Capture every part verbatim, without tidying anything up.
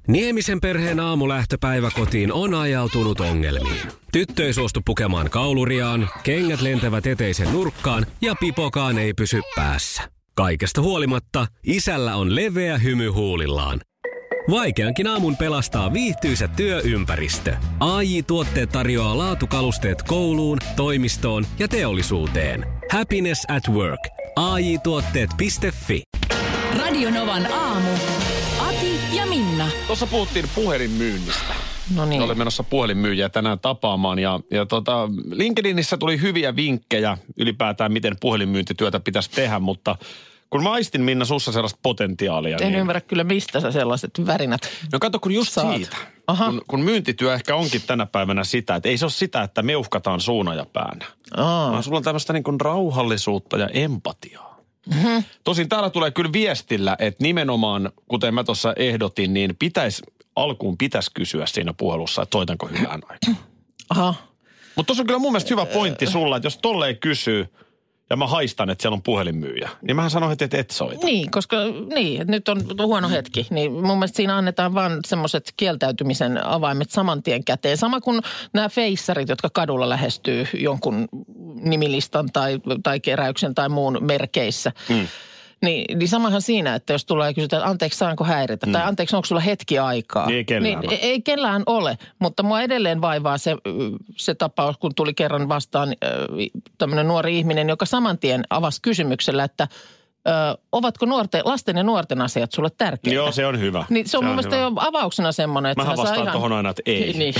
Niemisen perheen aamulähtöpäivä kotiin on ajautunut ongelmiin. Tyttö ei suostu pukemaan kauluriaan, kengät lentävät eteisen nurkkaan ja pipokaan ei pysy päässä. Kaikesta huolimatta isällä on leveä hymy huulillaan. Vaikeankin aamun pelastaa viihtyisä työympäristö. A J-tuotteet tarjoaa laatukalusteet kouluun, toimistoon ja teollisuuteen. Happiness at work. A J tuotteet piste fi. Radio Novan aamu. Ati ja Minna. Tuossa puhuttiin puhelinmyynnistä. No niin. Olen menossa puhelinmyyjiä tänään tapaamaan ja, ja tota, LinkedInissä tuli hyviä vinkkejä ylipäätään, miten puhelinmyyntityötä pitäisi tehdä, mutta kun mä aistin, Minna, sussa sellaista potentiaalia. En niin... ymmärrä kyllä, mistä sä sellaiset värinät No kato, kun just saat. siitä. Kun, kun myyntityö ehkä onkin tänä päivänä sitä, että ei se ole sitä, että meuhkataan suuna ja päänä. Aa. Vaan sulla on tämmöistä niin kuin rauhallisuutta ja empatiaa. Mm-hmm. Tosin täällä tulee kyllä viestillä, että nimenomaan, kuten mä tuossa ehdotin, niin pitäisi, alkuun pitäisi kysyä siinä puhelussa, että soitanko hyvään aikaan. Aha. Mutta tuossa on kyllä mun mielestä hyvä pointti sulla, että jos tolleen kysyy, ja mä haistan, että siellä on puhelinmyyjä, niin mähän sanon heti, että et soita. Niin, koska niin, että nyt on huono hetki. Niin mun mielestä siinä annetaan vaan semmoiset kieltäytymisen avaimet saman tien käteen. Sama kuin nämä feissarit, jotka kadulla lähestyy jonkun nimilistan tai, tai keräyksen tai muun merkeissä. Mm. Niin, niin samahan siinä, että jos tulee ja kysytään, että anteeksi, saanko häiritä? Mm. Tai anteeksi, onko sulla hetki aikaa? Ei kellään niin, ole. Ei kellään ole, mutta mua edelleen vaivaa se, se tapaus, kun tuli kerran vastaan tämmöinen nuori ihminen, joka saman tien avasi kysymyksellä, että ö, ovatko nuorten, lasten ja nuorten asiat sulle tärkeitä? Joo, se on hyvä. Niin se on, se on mun mielestä jo avauksena semmoinen, että mähän vastaan ihan... tohon aina, että ei. Niin.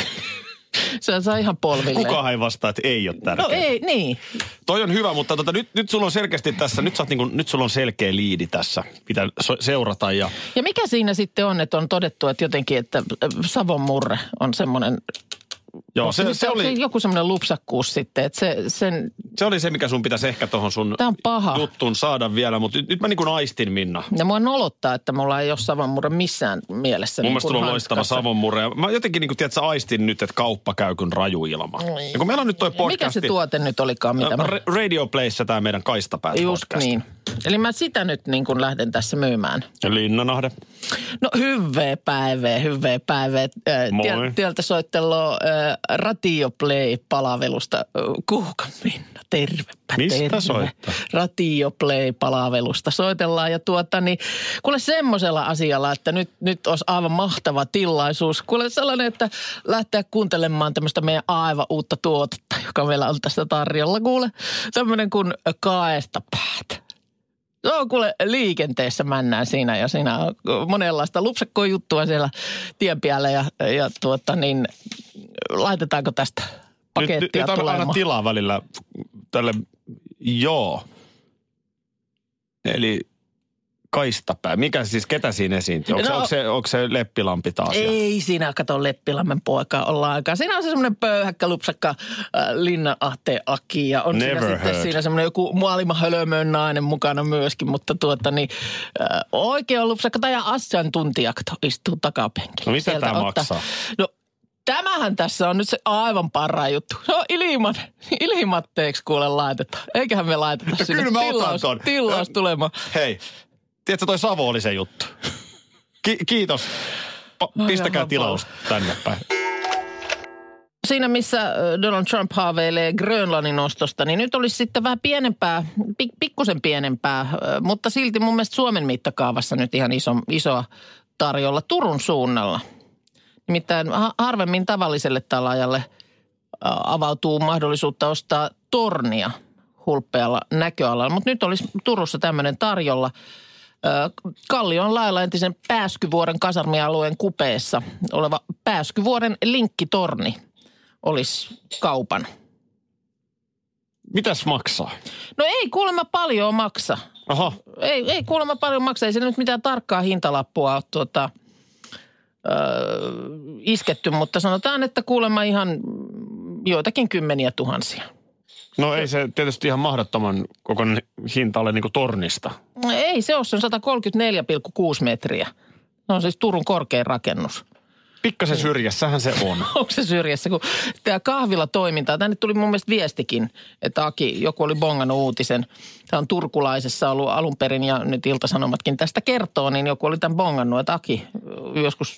Se saa ihan polvilleen. Kukaan ei vastaa, että ei ole tärkeää. No ei, niin. Toi on hyvä, mutta tota, nyt, nyt sulla on selkeästi tässä, nyt, sä oot niinku, nyt sulla on selkeä liidi tässä, mitä so, seurata. Ja... ja mikä siinä sitten on, että on todettu, että jotenkin, että Savon murre on semmoinen... Joo, se, se, se oli... Se joku semmoinen lupsakkuus sitten, että se... Sen... Se oli se, mikä sun pitäisi ehkä tohon sun juttuun saada vielä, mutta nyt, nyt mä niin kuin aistin, Minna. Ja mua nolottaa, että mulla ei ole Savonmurre missään mielessä. Mun niin mielestä sulla on loistava Savonmurre. Mä jotenkin niin kuin, tiedätkö, aistin nyt, että kauppa käy kuin raju ilma. Oi. Ja kun meillä on nyt toi podcasti... Mikä se tuote nyt olikaan? Mitä mä... Radio Playssä tää meidän Kaistapäät Just podcast. niin. Eli mä sitä nyt niin kuin lähden tässä myymään. Linnanahde. No hyvää päivää, hyvää päivää. Moi. Tieltä soitteloo äh, Radio Play-palavelusta. Kuukan Minna, tervepä Mistä terve. soittaa? Radio Play-palavelusta soitellaan ja tuota niin, kuule semmoisella asialla, että nyt, nyt olisi aivan mahtava tilaisuus. Kuule sellainen, että lähteä kuuntelemaan tämmöistä meidän aivan uutta tuotetta, joka meillä on tässä tarjolla. Kuule, tämmöinen kuin Kaistapäät. Se on kuule liikenteessä männään siinä ja siinä on monenlaista lupsakkoa juttua siellä tien päällä ja, ja tuota niin, laitetaanko tästä pakettia nyt, nyt tulemaan? Nyt aina tilaa välillä tälle, joo. Eli Kaistapää. Mikä siis, ketä siinä esiintyy? Onko, no, onko, se, onko se Leppilampi taas? Ei siinä, kato Leppilammen poika ollenkaan. Siinä on se semmoinen pöyhäkkä, lupsakka äh, Linna-Ahteen Aki ja on Never siinä heard. sitten siinä semmoinen joku maailman hölmöön nainen mukana myöskin, mutta tuota niin äh, oikein lupsakka tai asiantuntijakto istuu takapenkillä. No mitä tämä maksaa? No tämähän tässä on nyt se aivan parha juttu. Se on ilman, ilmatteeksi kuule laitetaan. Eiköhän me laiteta no, sinne kyllä mä tilaus, otan ton. tilaus tulemaan. Hei, tiedätkö toi Savo oli se juttu? Ki- kiitos. Pa- pistäkää tilaus tänne päin. Siinä, missä Donald Trump haaveilee Grönlannin ostosta, niin nyt olisi sitten vähän pienempää, pik- pikkusen pienempää, mutta silti mun mielestä Suomen mittakaavassa nyt ihan iso, isoa tarjolla Turun suunnalla. Nimittäin harvemmin tavalliselle talaajalle avautuu mahdollisuutta ostaa tornia hulppealla näköalalla, mutta nyt olisi Turussa tämmöinen tarjolla. Kallion lailla entisen Pääskyvuoren kasarmialueen kupeessa oleva Pääskyvuoren linkkitorni olisi kaupan. Mitäs maksaa? No ei kuulemma paljon maksa. Aha. Ei, ei kuulemma paljon maksa. Ei se nyt mitään tarkkaa hintalappua ole tuota, öö, isketty, mutta sanotaan, että kuulemma ihan joitakin kymmeniä tuhansia. No ei se tietysti ihan mahdottoman kokoinen hinta ole niin kuin tornista. No ei se ole, se on sata kolmekymmentäneljä pilkku kuusi metriä. Se on siis Turun korkein rakennus. Pikkasen syrjässähän se on. Onko se syrjässä, kun tämä kahvilatoiminta, tänne tuli mun mielestä viestikin, että Aki, joku oli bongannut uutisen. Tämä on turkulaisessa ollut alun perin ja nyt Ilta-Sanomatkin tästä kertoo, niin joku oli tämän bongannut, että Aki, joskus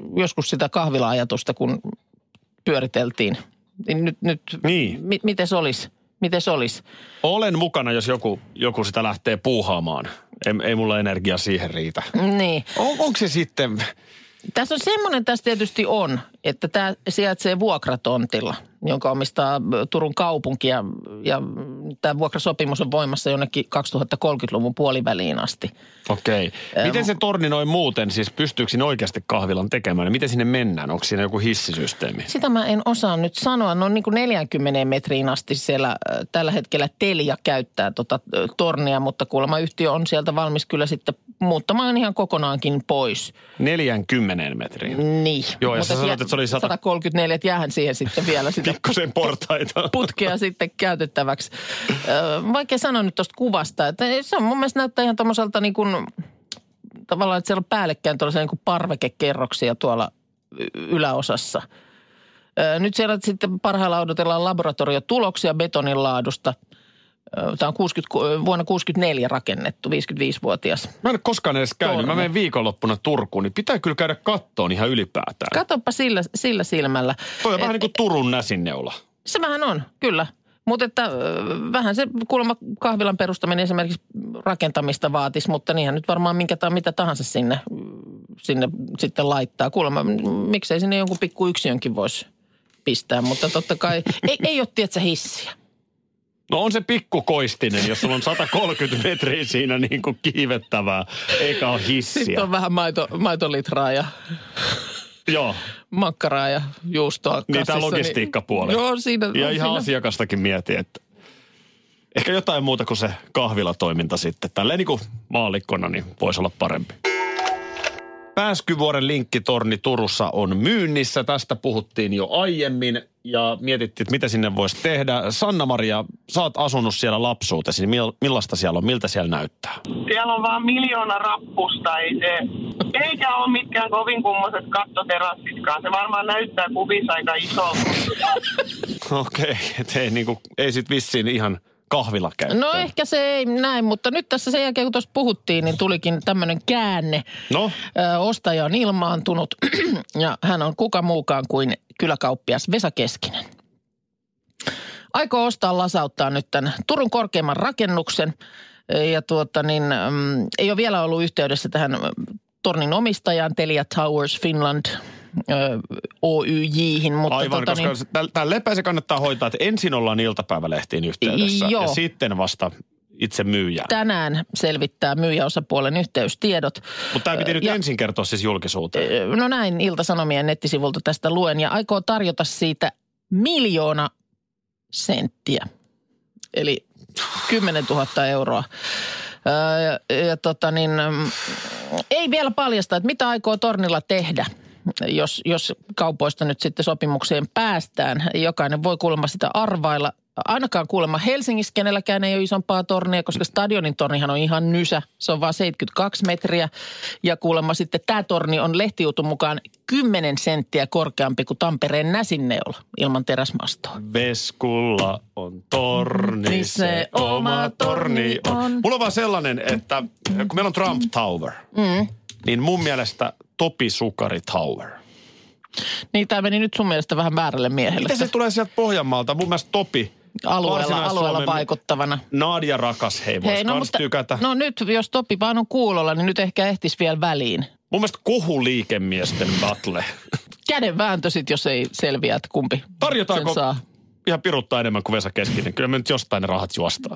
joskus sitä kahvila-ajatusta, kun pyöriteltiin. Niin nyt, nyt niin. mi, miten se olisi? Miten se olisi? Olen mukana, jos joku, joku sitä lähtee puuhaamaan. Ei, ei mulla energia siihen riitä. Niin. On, onko se sitten... Tässä on semmoinen tässä tietysti on, että tämä sijaitsee vuokratontilla, jonka omistaa Turun kaupunki ja, ja tämä vuokrasopimus on voimassa jonnekin kaksituhattakolmekymmentäluvun puoliväliin asti. Okei. Miten se torni noin muuten, siis pystyykö siinä oikeasti kahvilan tekemään? Miten sinne mennään? Onko siinä joku hissisysteemi? Sitä mä en osaa nyt sanoa. No niin kuin neljäänkymmeneen metriin asti siellä tällä hetkellä Telia käyttää tota tornia, mutta kuulemma yhtiö on sieltä valmis kyllä sitten muuttamaan ihan kokonaankin pois. neljäänkymmeneen metriin? Niin. Joo, ja sä sanoit, että se oli sata... sata kolmekymmentäneljä, että jäähän siihen sitten vielä sitä pikkusen portaita. putkea sitten käytettäväksi. Vaikea sanoa nyt tuosta kuvasta, että se on mun mielestä näyttää ihan tommoselta niin kuin, tavallaan, että siellä on päällekkäin tuollaisia niin kuin parvekekerroksia tuolla yläosassa. Nyt siellä sitten parhaillaan odotellaan laboratoriotuloksia betonin laadusta. Tämä on kuusikymmentä, vuonna kuusikymmentäneljä rakennettu, viisikymmentäviisivuotias. Mä en ole koskaan edes käynyt. Torni. Mä menen viikonloppuna Turkuun, niin pitää kyllä käydä kattoon ihan ylipäätään. Katoppa sillä, sillä silmällä. Toi on et, vähän niin kuin Turun näsinneula. Se vähän on, kyllä. Mutta että äh, vähän se kuulemma kahvilan perustaminen esimerkiksi rakentamista vaatisi, mutta niinhän nyt varmaan minkä tai mitä tahansa sinne, sinne sitten laittaa. Kuulemma, miksei sinne jonkun pikku yksiönkin voisi pistää, mutta totta kai ei, ei ole tietsä hissiä. No on se pikkukoistinen, jos sulla on sata kolmekymmentä metriä siinä niin kuin kiivettävää, eikä ole hissiä. Sitten on vähän maito, maitolitraa ja joo. makkaraa ja juustoa niin kassissa. Tämä logistiikkapuoli. Joo, siinä. Ja ihan siinä. Asiakastakin mietin, että ehkä jotain muuta kuin se kahvilatoiminta sitten. Tälleen niin kuin maallikkona niin voisi olla parempi. Pääskyvuoren linkkitorni Turussa on myynnissä. Tästä puhuttiin jo aiemmin ja mietittiin, että mitä sinne voisi tehdä. Sanna-Maria, sä oot asunut siellä lapsuutesi. Millaista siellä on? Miltä siellä näyttää? Siellä on vaan miljoona rappusta. Ei se, eikä ole mitkään kovin kummoiset kattoterassitkaan. Se varmaan näyttää kuvissa aika isolta. Okei, okay. ei, niin kuin, ei sit vissiin ihan... kahvila käyttöön. No ehkä se ei näin, mutta nyt tässä sen jälkeen kun tuossa puhuttiin, niin tulikin tämmöinen käänne. No? Ö, ostaja on ilmaantunut ja hän on kuka muukaan kuin kyläkauppias Vesa Keskinen. Aikoo ostaa lasauttaa nyt tämän Turun korkeimman rakennuksen ja tuota niin, äm, ei ole vielä ollut yhteydessä tähän tornin omistajaan Telia Towers Finland O Y J:hin. Mutta aivan, tota, koska niin, tämä lepää se kannattaa hoitaa, että ensin ollaan iltapäivälehtiin yhteydessä joo. ja sitten vasta itse myyjään. Tänään selvittää myyjäosapuolen yhteystiedot. Mutta tämä piti nyt ja, ensin kertoa siis julkisuuteen. No näin Ilta-Sanomien nettisivulta tästä luen ja aikoo tarjota siitä miljoona senttiä. Eli kymmenentuhatta euroa. Ja, ja tota niin, ei vielä paljasta, että mitä aikoo tornilla tehdä. Jos, jos kaupoista nyt sitten sopimukseen päästään, jokainen voi kuulemma sitä arvailla. Ainakaan kuulemma Helsingissä kenelläkään ei ole isompaa tornia, koska stadionin tornihan on ihan nysä. Se on vaan seitsemänkymmentäkaksi metriä ja kuulemma sitten tämä torni on lehtijutun mukaan kymmenen senttiä korkeampi kuin Tampereen näsinneula ilman teräsmastoa. Veskulla on torni, niin se, se oma torni on. on. Mulla on vaan sellainen, että kun meillä on Trump Tower, mm. niin mun mielestä Topi Sukari Tower. Niin, tämä meni nyt sun mielestä vähän väärälle miehelle. Miten se tulee sieltä Pohjanmaalta? Mun mielestä Topi. Alueella, alueella vaikuttavana. Nadia rakas, hei, vois hei, no, kans tykätä. No nyt, jos Topi vaan on kuulolla, niin nyt ehkä ehtisi vielä väliin. Mun mielestä kohuliikemiesten battle. Käden vääntö sit, jos ei selviä, että kumpi tarjotaanko sen saa. Ihan piruttaa enemmän kuin Vesa Keskinen? Kyllä me nyt jostain ne rahat juostaa.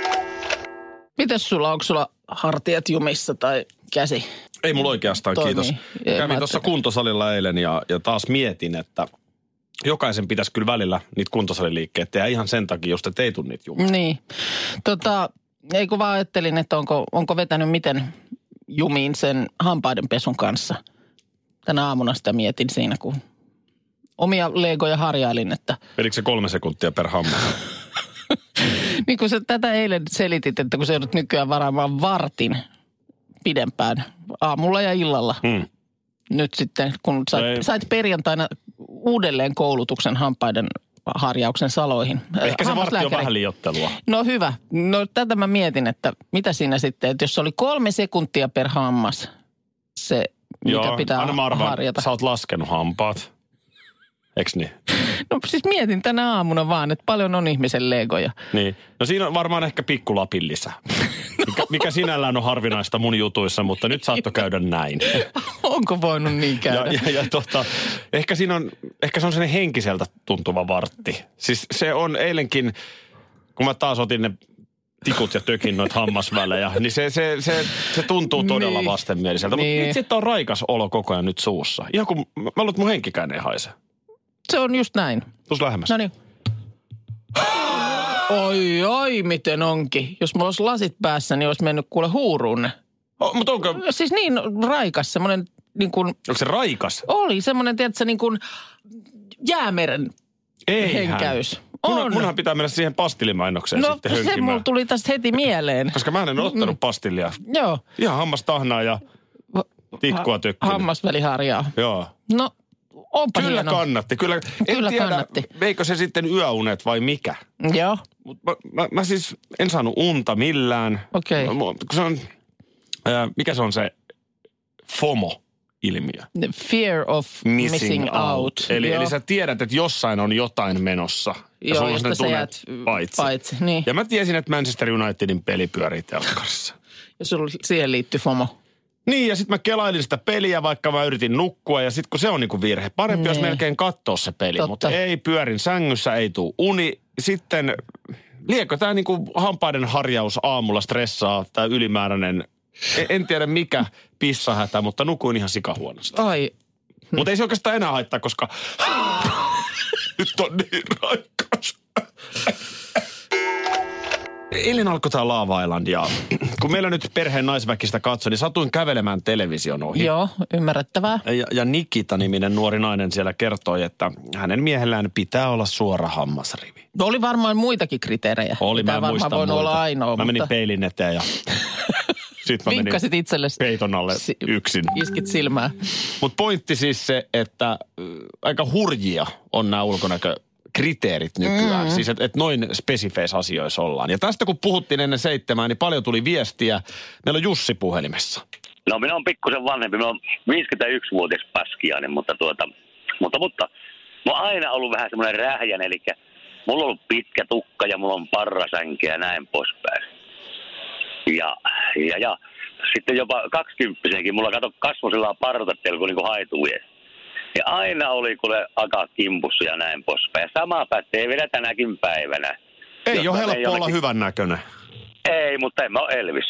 Mites sulla, onko sulla hartiat jumissa tai käsi? Ei mulla oikeastaan, toimii. Kiitos. Ei, kävin tuossa kuntosalilla eilen ja, ja taas mietin, että jokaisen pitäisi kyllä välillä niitä kuntosaliliikkeet tehdä ihan sen takia, jos te ei tule niitä jumia. Niin. Tota, ei kun vaan ajattelin, että onko, onko vetänyt miten jumiin sen hampaiden pesun kanssa. Tänä aamuna sitä mietin siinä, kun omia legoja harjailin, että... Vedikö se kolme sekuntia per hammas? Niin kun sä tätä eilen selitit, että kun sä joudut nykyään varaamaan vartin pidempään aamulla ja illalla. Hmm. Nyt sitten, kun sait, sait perjantaina uudelleen koulutuksen hampaiden harjauksen saloihin. Ehkä se vartti on vähän liioittelua. No hyvä. No tätä mä mietin, että mitä siinä sitten, että jos se oli kolme sekuntia per hammas se mitä Joo, pitää aina mä arvaan, harjata. sä oot laskenut hampaat. Eiks niin? No siis mietin tänä aamuna vaan, että paljon on ihmisen legoja. Niin. No siinä on varmaan ehkä pikku lapin lisä. Mikä, mikä sinällään on harvinaista mun jutuissa, mutta nyt saattoi käydä näin. Onko voinut niin käydä? Ja, ja, ja tota, ehkä siinä on, ehkä se on sellainen henkiseltä tuntuva vartti. Siis se on eilenkin, kun mä taas otin ne tikut ja tökin noita hammasvälejä, niin se, se, se, se tuntuu todella niin. vastenmieliseltä. Niin. Mutta sitten on raikas olo koko ajan nyt suussa. Ihan kun mä luulen, että mun henkikään ei haise. Se on just näin. Tuus lähemmäs. No niin. Oi, oi, miten onkin. Jos mulla olisi lasit päässä, niin olisi mennyt kuule huuruun ne. Oh, mutta onko, Siis niin raikas, semmoinen niin kuin, onko se raikas? oli semmoinen, tiedätkö, niin kuin jäämeren Eihän. henkäys. Mun, On. munhan pitää mennä siihen pastilimainokseen No sitten se hönkimään. mulla tuli tästä heti mieleen. Koska mä en ottanut pastillia. Joo. Ihan hammastahnaa ja tikkua tökkynyt. Hammasväliharjaa. Joo. No, onpa Kyllä hieno. kannatti. Kyllä, en Kyllä tiedä, kannatti. veikö se sitten yöunet vai mikä. Joo, Mut mä, mä, mä siis en saanut unta millään. okei. Mä- kun Se on, ää, mikä se on se FOMO-ilmiö? Okay. Fear of missing, out. Eli, Joo. eli sä tiedät, että jossain on jotain menossa. Ja Joo, sulla on josta sellainen sä tunne, jäät että paitsi. paitsi. Niin. Ja mä tiesin, että Manchester Unitedin peli pyörii telkkarissa. Ja sulla siihen liittyy FOMO. Niin, ja sitten mä kelailin sitä peliä, vaikka mä yritin nukkua, ja sitten kun se on niinku virhe. Parempi olisi Nee. melkein katsoa se peli, Totta. mutta ei, pyörin sängyssä, ei tuu uni. Sitten, liekö tämä niinku hampaiden harjaus aamulla stressaa, tämä ylimääräinen, en, en tiedä mikä pissahätä, mutta nukuin ihan sikahuonosti. Ai, Mutta ei se oikeastaan enää haittaa, koska nyt on niin raikas. Eilen alkoi tämä Love Island ja kun meillä nyt perheen naisväkistä katsoi, niin satuin kävelemään television ohi. joo, ymmärrettävää. Ja, ja Nikita-niminen nuori nainen siellä kertoi, että hänen miehellään pitää olla suora hammasrivi. Oli varmaan muitakin kriteerejä. Oli, Tämä mä en varmaan muista voinut muita. olla ainoa, Mä menin mutta peilin eteen ja sit mä menin vinkkasit itsellesi. peiton alle Si- yksin. Iskit silmää. Mutta pointti siis se, että äh, aika hurjia on nämä ulkonäkökriteerit nykyään. Mm. Siis että et noin spesifeissä asioissa ollaan. Ja tästä kun puhuttiin ennen seitsemää, niin paljon tuli viestiä. Meillä on Jussi puhelimessa. No minä olen pikkusen vanhempi, minä olen viisikymmentäyksivuotias paskiainen, mutta tuota, mutta, mutta mä oon aina ollut vähän semmoinen rähjän, eli mulla on ollut pitkä tukka ja mulla on parrasänkeä ja näin poispäin. Ja, ja, ja sitten jopa kaksikymppisenkin, mulla kato kasvosilla partattelku niin kuin haitujen. Ja aina oli kuule akat kimpussa ja näin poispäin. Ja sama pätee vielä tänäkin päivänä. Ei Jos ole mä helppo menen olla jonnekin- hyvän näköinen. Ei, mutta en mä ole Elvis.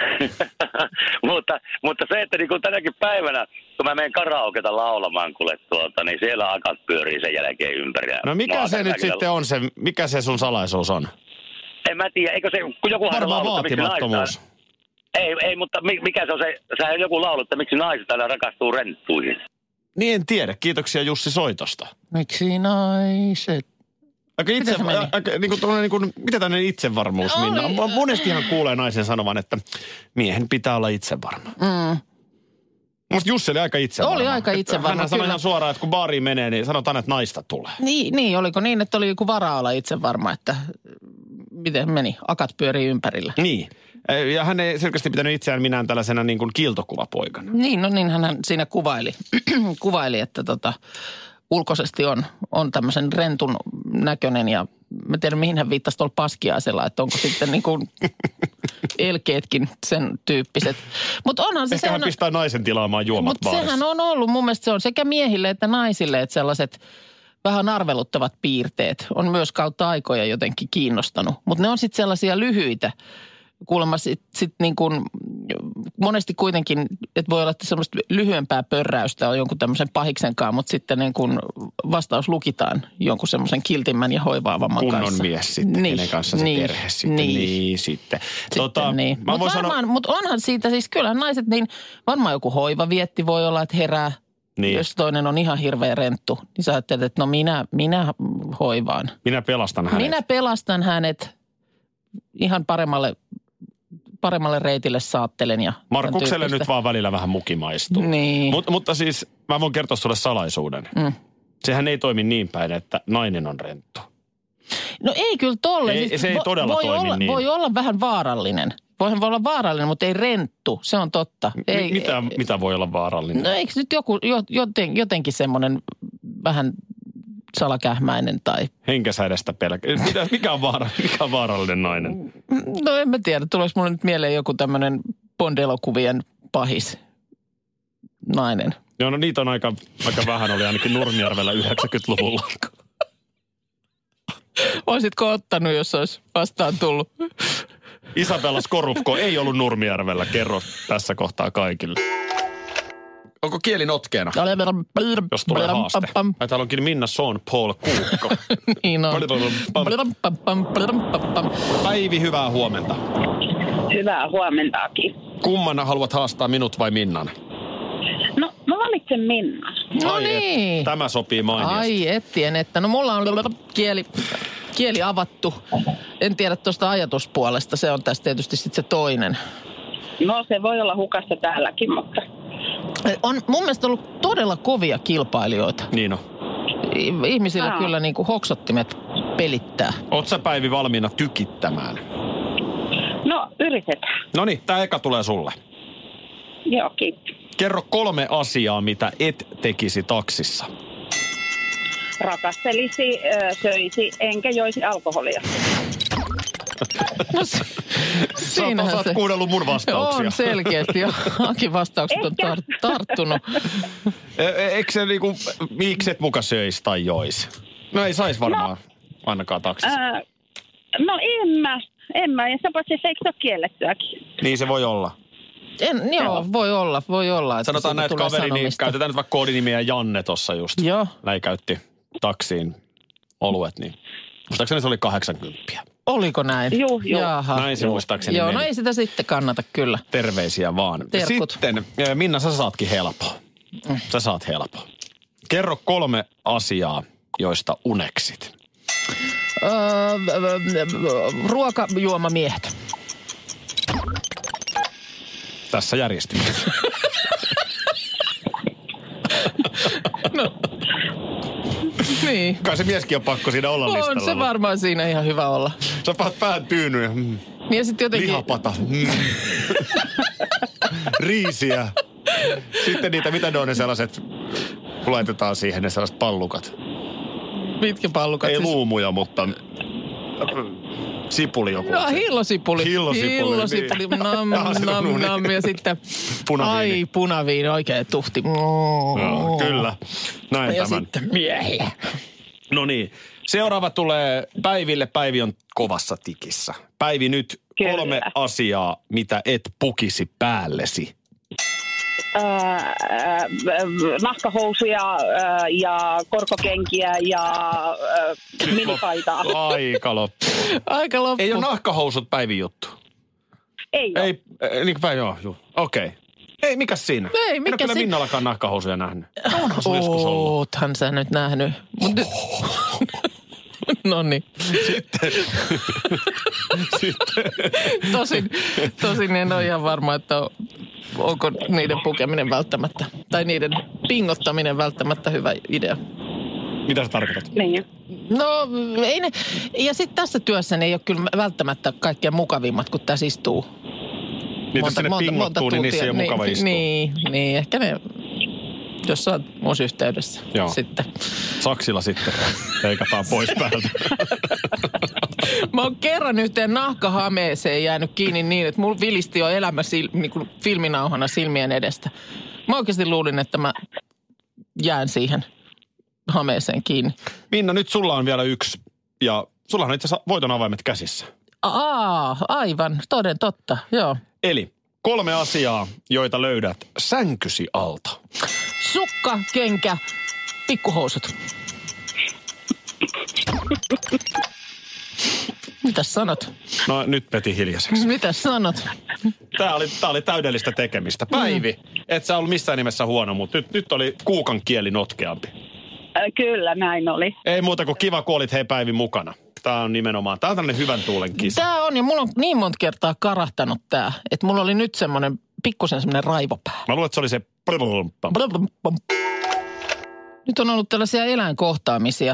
mutta, mutta se, että niin kuin tänäkin päivänä, kun mä menen karaoketa laulamaan kuule tuolta, niin siellä akat pyörii sen jälkeen ympäri. No mikä se nyt sitten on se, mikä se sun salaisuus on? En mä tiedä, eikö se, kun joku aina Varmaan lauluttaa, miksi vaatimattomuus. naiset- Ei, ei, mutta mi- mikä se on se, sehän joku lauluttaa, miksi naiset aina rakastuu renttuihin. Niin en tiedä. Kiitoksia Jussi soitosta. Miksi naiset? Aika itse, Miten se meni? aika, niin kuin, niin kuin, mitä tämmöinen itsevarmuus, Oli. Minna? Mä monestihan kuulee naisen sanovan, että miehen pitää olla itsevarma. Mm. Musta Jussi oli aika itsevarma. Oli aika Että itsevarma, Hänhän sanoi kyllä. ihan suoraan, että kun baariin menee, niin sanotaan, että naista tulee. Niin, niin, oliko niin, että oli joku vara olla itse varma, että miten meni? Akat pyörii ympärillä. Niin. Ja hän ei selkeästi pitänyt itseään minään tällaisena niin kuin kiiltokuvapoikana. Niin, no niin hän siinä kuvaili, kuvaili että tota, ulkoisesti on, on tämmöisen rentun näköinen ja mä tiedän mihin hän viittasi tuolla paskiaisella, että onko sitten niin kuin elkeetkin sen tyyppiset. Mutta onhan se Ehkä hän sehän, pistää naisen tilaamaan juomat mutta baarissa. sehän on ollut, mun mielestä se on sekä miehille että naisille, että sellaiset vähän arveluttavat piirteet on myös kautta aikoja jotenkin kiinnostanut. Mutta ne on sitten sellaisia lyhyitä. Kuulemma sitten sit niin kuin monesti kuitenkin, että voi olla, että semmoista lyhyempää pörräystä on jonkun tämmöisen pahiksenkaan, mutta sitten niin kuin vastaus lukitaan jonkun semmoisen kiltimmän ja hoivaavamman Kunnon kanssa. mies sitten, niin, kenen kanssa se niin, perhe sitten. Niin. Niin sitten. Sitten Tota, niin. mä Mutta voin sanoa, mut onhan siitä siis, kyllähän naiset niin, varmaan joku hoivavietti voi olla, että herää. Niin. Jos toinen on ihan hirveä renttu, niin sä ajattelet, että no minä, minä hoivaan. minä pelastan hänet. Minä pelastan hänet ihan paremmalle, paremmalle reitille saattelen. Ja Markukselle tämän nyt vaan välillä vähän mukimaistuu. Niin. Mut, mutta siis mä voin kertoa sulle salaisuuden. Mm. Sehän ei toimi niin päin, että nainen on renttu. No ei kyllä tolle. Ei- se ei vo- todella voi toimi olla, niin. Voi olla vähän vaarallinen. Voihan voi olla vaarallinen, mutta ei renttu. Se on totta. Ei, M- mitä, ei, mitä voi olla vaarallinen? No eikö nyt joku, joten, jotenkin semmoinen vähän salakähmäinen tai... Henkäsäidestä pelkä. Mitä, mikä, on vaara, mikä on vaarallinen nainen? No en mä tiedä. Tuleeko mulle nyt mieleen joku tämmöinen Bond-elokuvien pahis nainen? Joo, no niitä on aika, aika vähän, oli ainakin Nurmijärvellä yhdeksänkymmentäluvulla. Olisitko ottanut, jos olisi vastaan tullut? Isabella Skorupko ei ollut Nurmijärvellä, kerro tässä kohtaa kaikille. Onko kieli notkeena, jos tulee haaste? Ai, täällä onkin Minna Sean Paul Kuukko. Niin on. Päivi, hyvää huomenta. Hyvää huomentakin. Kumman haluat haastaa, minut vai Minnan? No, mä valitsen Minnan. No Ai, niin. Et, tämä sopii mainiosti. Ai ettien, että no mulla on kieli, kieli avattu. En tiedä tuosta ajatuspuolesta, se on tässä tietysti sitten se toinen. No se voi olla hukassa täälläkin, mutta... On mun mielestä ollut todella kovia kilpailijoita. Niin on. Ihmisillä Aa. kyllä niin kuin hoksottimet pelittää. Oot sä, Päivi, valmiina tykittämään? No, yritetään. Noniin, tää eka tulee sulle. Joo, kiitos. Kerro kolme asiaa, mitä et tekisi taksissa. Rakastelisi, ö, söisi, enkä joisi alkoholia. No se, siinähän Sä oot se kuunnellut mun vastauksia. on selkeästi. Jo. Akin vastaukset on tar- tarttunut. E- e- eikö se niinku, miksi et muka söisi tai joisi? No ei sais varmaan no. ainakaan taksissa. Ö, no en mä, en mä. Ja se paitsi, eikö se ole kiellettyäkin? Niin se voi olla. En, joo, voi olla, voi olla. Että Sanotaan siitä näitä tulee kaveri, niin sanomista. käytetään nyt vaikka koodinimiä Janne tossa just. Joo. Näin käytti taksiin oluet, niin muistaakseni se oli kahdeksankymmentä. Oliko näin? Juu, juu. Jaha. Näin se muistaakseni Joo, meni. no ei sitä sitten kannata kyllä. Terveisiä vaan. Terkut. Sitten, Minna, sä saatkin helpoa. Sä saat helpoa. Kerro kolme asiaa, joista uneksit. Öö, ruokajuomamiehet. Tässä järjestyksessä. No. Niin. Kai se mieskin on pakko siinä olla listalla. On se varmaan siinä ihan hyvä olla. Sä paat pään tyynyyn ja mm, Niin ja sitten jotenkin... lihapata. Mm. Riisiä. Sitten niitä, mitä ne on ne sellaiset, laitetaan siihen ne sellaiset pallukat. Mitkä pallukat? Ei siis... luumuja, mutta sipuli joku. No, hillosipuli. Hillosipuli, Hillosipuli. niin. Nam, Ah, se nam, on nam. niin. Ja sitten... Punaviini. Ai, punaviini. Oikein tuhti. Joo, kyllä. Näin Ja tämän. sitten miehiä. No niin. Seuraava tulee Päiville. Päivi on kovassa tikissä. Päivi, nyt Kyllä. kolme asiaa, mitä et pukisi päällesi. Öö, nahkahousuja öö, ja korkokenkiä ja öö, minipaitaa. Aika loppu. Aika loppu. Ei ole nahkahousut Päivin juttu. Ei ole. Ei, äh, niin kuin Päivi, joo, joo. Okei. Okay. Ei, mikäs siinä? Ei, En mikä ole kyllä si- Minnallakaan nahkahousuja nähnyt. Onhan se joskus ollut. Oothan sä nyt nähnyt. Mut nyt... No niin. Sitten. Sitten. Tosin, tosin en ole ihan varma, että on, onko niiden pukeminen välttämättä, tai niiden pingottaminen välttämättä hyvä idea. Mitä sä tarkoitat? Niin. No ei ne, ja sitten tässä työssä ne ei ole kyllä välttämättä kaikkein mukavimmat, kun tässä istuu. Niin jos sinne pingottuu, niin niissä ei ole mukava niin, istua. Niin, niin, ehkä ne jossain muussa yhteydessä Joo. sitten. Saksilla sitten leikataan pois päältä. Mä oon kerran yhteen nahkahameeseen jäänyt kiinni niin, että mulla vilisti jo elämä sil, niin kuin filminauhana silmien edestä. Mä oikeasti luulin, että mä jään siihen hameeseen kiinni. Minna, nyt sulla on vielä yksi. Ja sulla on itse asiassa voiton avaimet käsissä. Aa, aivan, toden totta, joo. Eli kolme asiaa, joita löydät sänkysi alta. Sukka, kenkä, pikkuhousut. Mitäs sanot? No nyt peti hiljaiseksi. Mitäs sanot? Tää oli, tää oli täydellistä tekemistä. Päivi, et sä ollut missään nimessä huono, mutta nyt, nyt oli kuukan kieli notkeampi. Ö, Kyllä, näin oli. Ei muuta kuin kiva, kun olit hei Päivi mukana. Tää on nimenomaan, tää on tämmönen hyvän tuulen kisa. Tää on, ja mulla on niin monta kertaa karahtanut tää, että mulla oli nyt semmonen, pikkusen semmonen raivopää. Mä luulen, että se oli se... Nyt on ollut tällaisia eläinkohtaamisia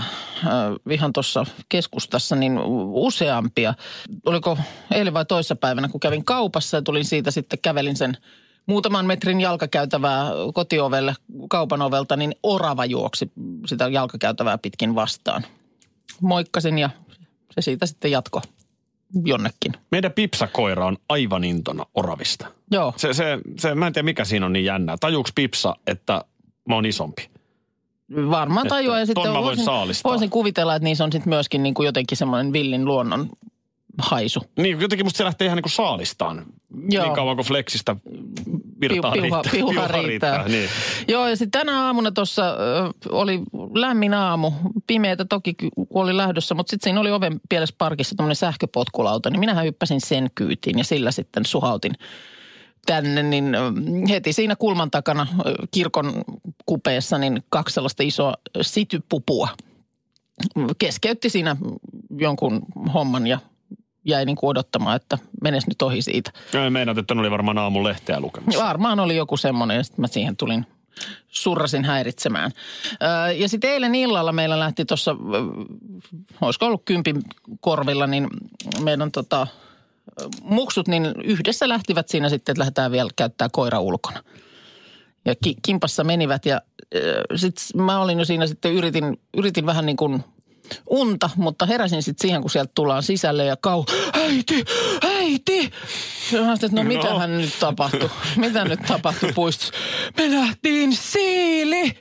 ihan tuossa keskustassa, niin useampia. Oliko eilen vai toissapäivänä, kun kävin kaupassa ja tulin siitä sitten kävelin sen muutaman metrin jalkakäytävää kotiovelle, kaupan ovelta, niin orava juoksi sitä jalkakäytävää pitkin vastaan. Moikkasin ja se siitä sitten jatko jonnekin. Meidän Pipsa-koira on aivan intona oravista. Joo. Se, se, se, mä en tiedä mikä siinä on niin jännää. Tajuuks Pipsa, että mä oon isompi? Varmaan tajua. Ja sitten voin voisin, voisin kuvitella, että niissä on sitten myöskin niin kuin jotenkin semmoinen villin luonnon haisu. Niin, jotenkin musta se lähtee ihan niin kuin saalistaan. Joo. Niin kauan kuin Flexistä virtaa Piu, piuha, riittää. Piuha, piuha riittää. riittää. Niin. Joo, ja sitten tänä aamuna tuossa oli lämmin aamu. Pimeätä toki, kun oli lähdössä, mutta sitten siinä oli oven pielessä parkissa tämmöinen sähköpotkulauta. Niin minähän hyppäsin sen kyytiin ja sillä sitten suhautin tänne. Niin heti siinä kulman takana kirkon kupeessa niin kaksi sellaista isoa sitypupua keskeytti siinä jonkun homman ja jäi niin kuin odottamaan, että menes nyt ohi siitä. Ja meinaat, että oli varmaan aamun lehteä lukemassa. Varmaan oli joku semmoinen ja sitten mä siihen tulin, surrasin häiritsemään. Ja sitten eilen illalla meillä lähti tuossa, olisiko ollut kympin korvilla, niin meidän tota, muksut niin yhdessä lähtivät siinä sitten, että lähdetään vielä käyttää koira ulkona. Ja ki- kimpassa menivät ja sitten mä olin jo siinä sitten, yritin, yritin vähän niin kuin unta, mutta heräsin sitten siihen, kun sieltä tullaan sisälle ja kau, äiti, äiti. Ja mä että no mitähän no. nyt tapahtui? Mitä nyt tapahtui puistossa? Me nähtiin siili.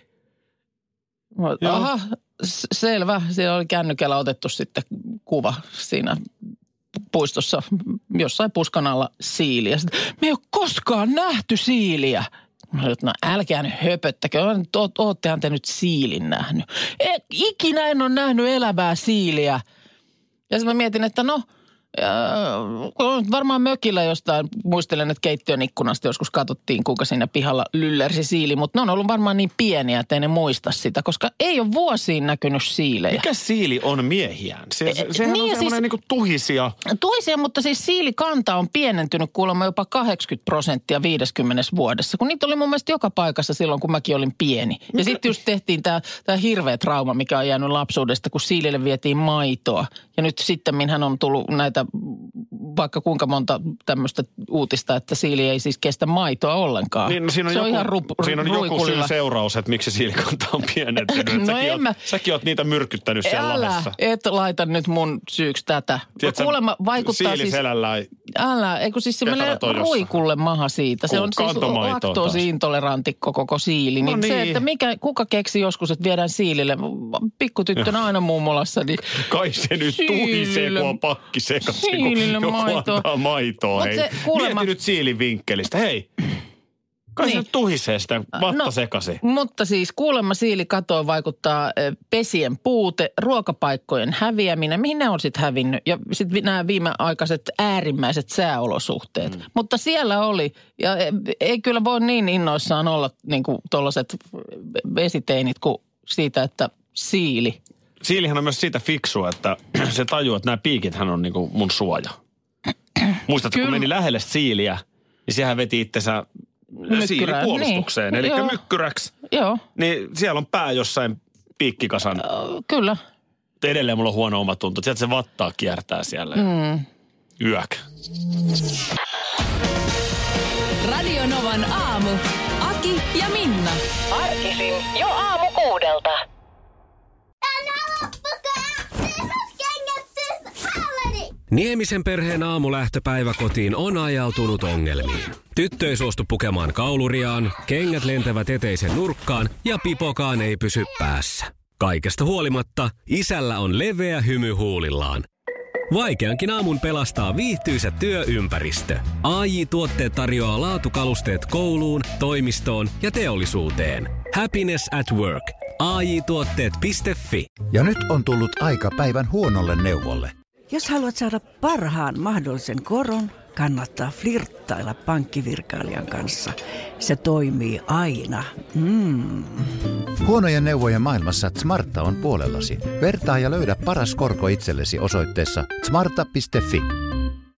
Mä, aha, s- selvä. Siellä oli kännykällä otettu sitten kuva siinä puistossa jossain puskan alla siiliä. Sitten, me ei ole koskaan nähty siiliä. Mä sanoin, että no älkää nyt höpöttäkö, oottehan te nyt siilin nähnyt. E, ikinä en ole nähnyt elävää siiliä. Ja sitten mä mietin, että no, äh, varmaan mökillä jostain, muistelen, että keittiön ikkunasta joskus katsottiin, kuinka siinä pihalla lyllersi siili. Mutta ne on ollut varmaan niin pieniä, että ei ne muista sitä, koska ei ole vuosiin näkynyt siilejä. Mikä siili on miehiään? Se, se, sehän niin on semmoinen siis, niin kuin tuhisia. Tuhisia, mutta siis siilikanta on pienentynyt kuulemma jopa kahdeksankymmentä prosenttia viidessäkymmenessä vuodessa. Kun niitä oli mun mielestä joka paikassa silloin, kun mäkin olin pieni. Ja Mikä? sitten just tehtiin tämä tää hirveä trauma, mikä on jäänyt lapsuudesta, kun siilille vietiin maitoa. Ja nyt sitten hän on tullut näitä vaikka kuinka monta tämmöistä uutista, että siili ei siis kestä maitoa ollenkaan. Niin, no siinä on, se joku, on ihan rup- siinä on joku syy seuraus, että miksi siilikanta on pienentynyt. No säkin, oot, mä... säkin oot niitä myrkyttänyt siellä Älä, lahdessa. et laita nyt mun syyksi tätä. Tiedätkö, kuulemma vaikuttaa siis... Siiliselällä Älä, eikö siis se menee ruikulle maha siitä. Se on siis laktoosiintolerantikko koko siili. Niin, no niin. Se, että mikä, kuka keksi joskus, että viedään siilille. Pikkutyttönä aina mummolassa. Niin kai se nyt tuhisee, kun on pakki sekaisin, siilille kun joku maito. antaa maitoa. Hei. Kuulemma... Mieti nyt siilin vinkkelistä. Hei, kai niin. Se nyt tuhisee sitä vatta no, sekaisin. Mutta siis kuulemma siilikatoon vaikuttaa pesien puute, ruokapaikkojen häviäminen. Mihin ne on sitten hävinnyt? Ja sitten nämä viimeaikaiset äärimmäiset sääolosuhteet. Mm. Mutta siellä oli, ja ei kyllä voi niin innoissaan olla niin kuin tuollaiset vesiteinit kuin siitä, että siili. Siilihän on myös siitä fiksua, että se tajuu, että nämä piikithän on niin kuin mun suoja. Muistatko, kyllä. Kun meni lähelle siiliä, niin sehän veti itsensä siilipuolustukseen, niin. Eli Joo. mykkyräksi. Joo. Niin siellä on pää jossain piikkikasan. Uh, kyllä. Edelleen mulla on huono omatunto. Sieltä se vattaa kiertää siellä. Mm. Yök. Radio Novan aamu. Aki ja Minna. Arkisin jo aamu kuudelta. Niemisen perheen aamulähtöpäivä kotiin on ajautunut ongelmiin. Tyttö ei suostu pukemaan kauluriaan, kengät lentävät eteisen nurkkaan ja pipokaan ei pysy päässä. Kaikesta huolimatta, isällä on leveä hymy huulillaan. Vaikeankin aamun pelastaa viihtyisä työympäristö. A J-tuotteet tarjoaa laatukalusteet kouluun, toimistoon ja teollisuuteen. Happiness at work. A J tuotteet piste fi. Ja nyt on tullut aika päivän huonolle neuvolle. Jos haluat saada parhaan mahdollisen koron, kannattaa flirttailla pankkivirkailijan kanssa. Se toimii aina. Mm. Huonojen neuvojen maailmassa Smarta on puolellasi. Vertaa ja löydä paras korko itsellesi osoitteessa smarta piste fi.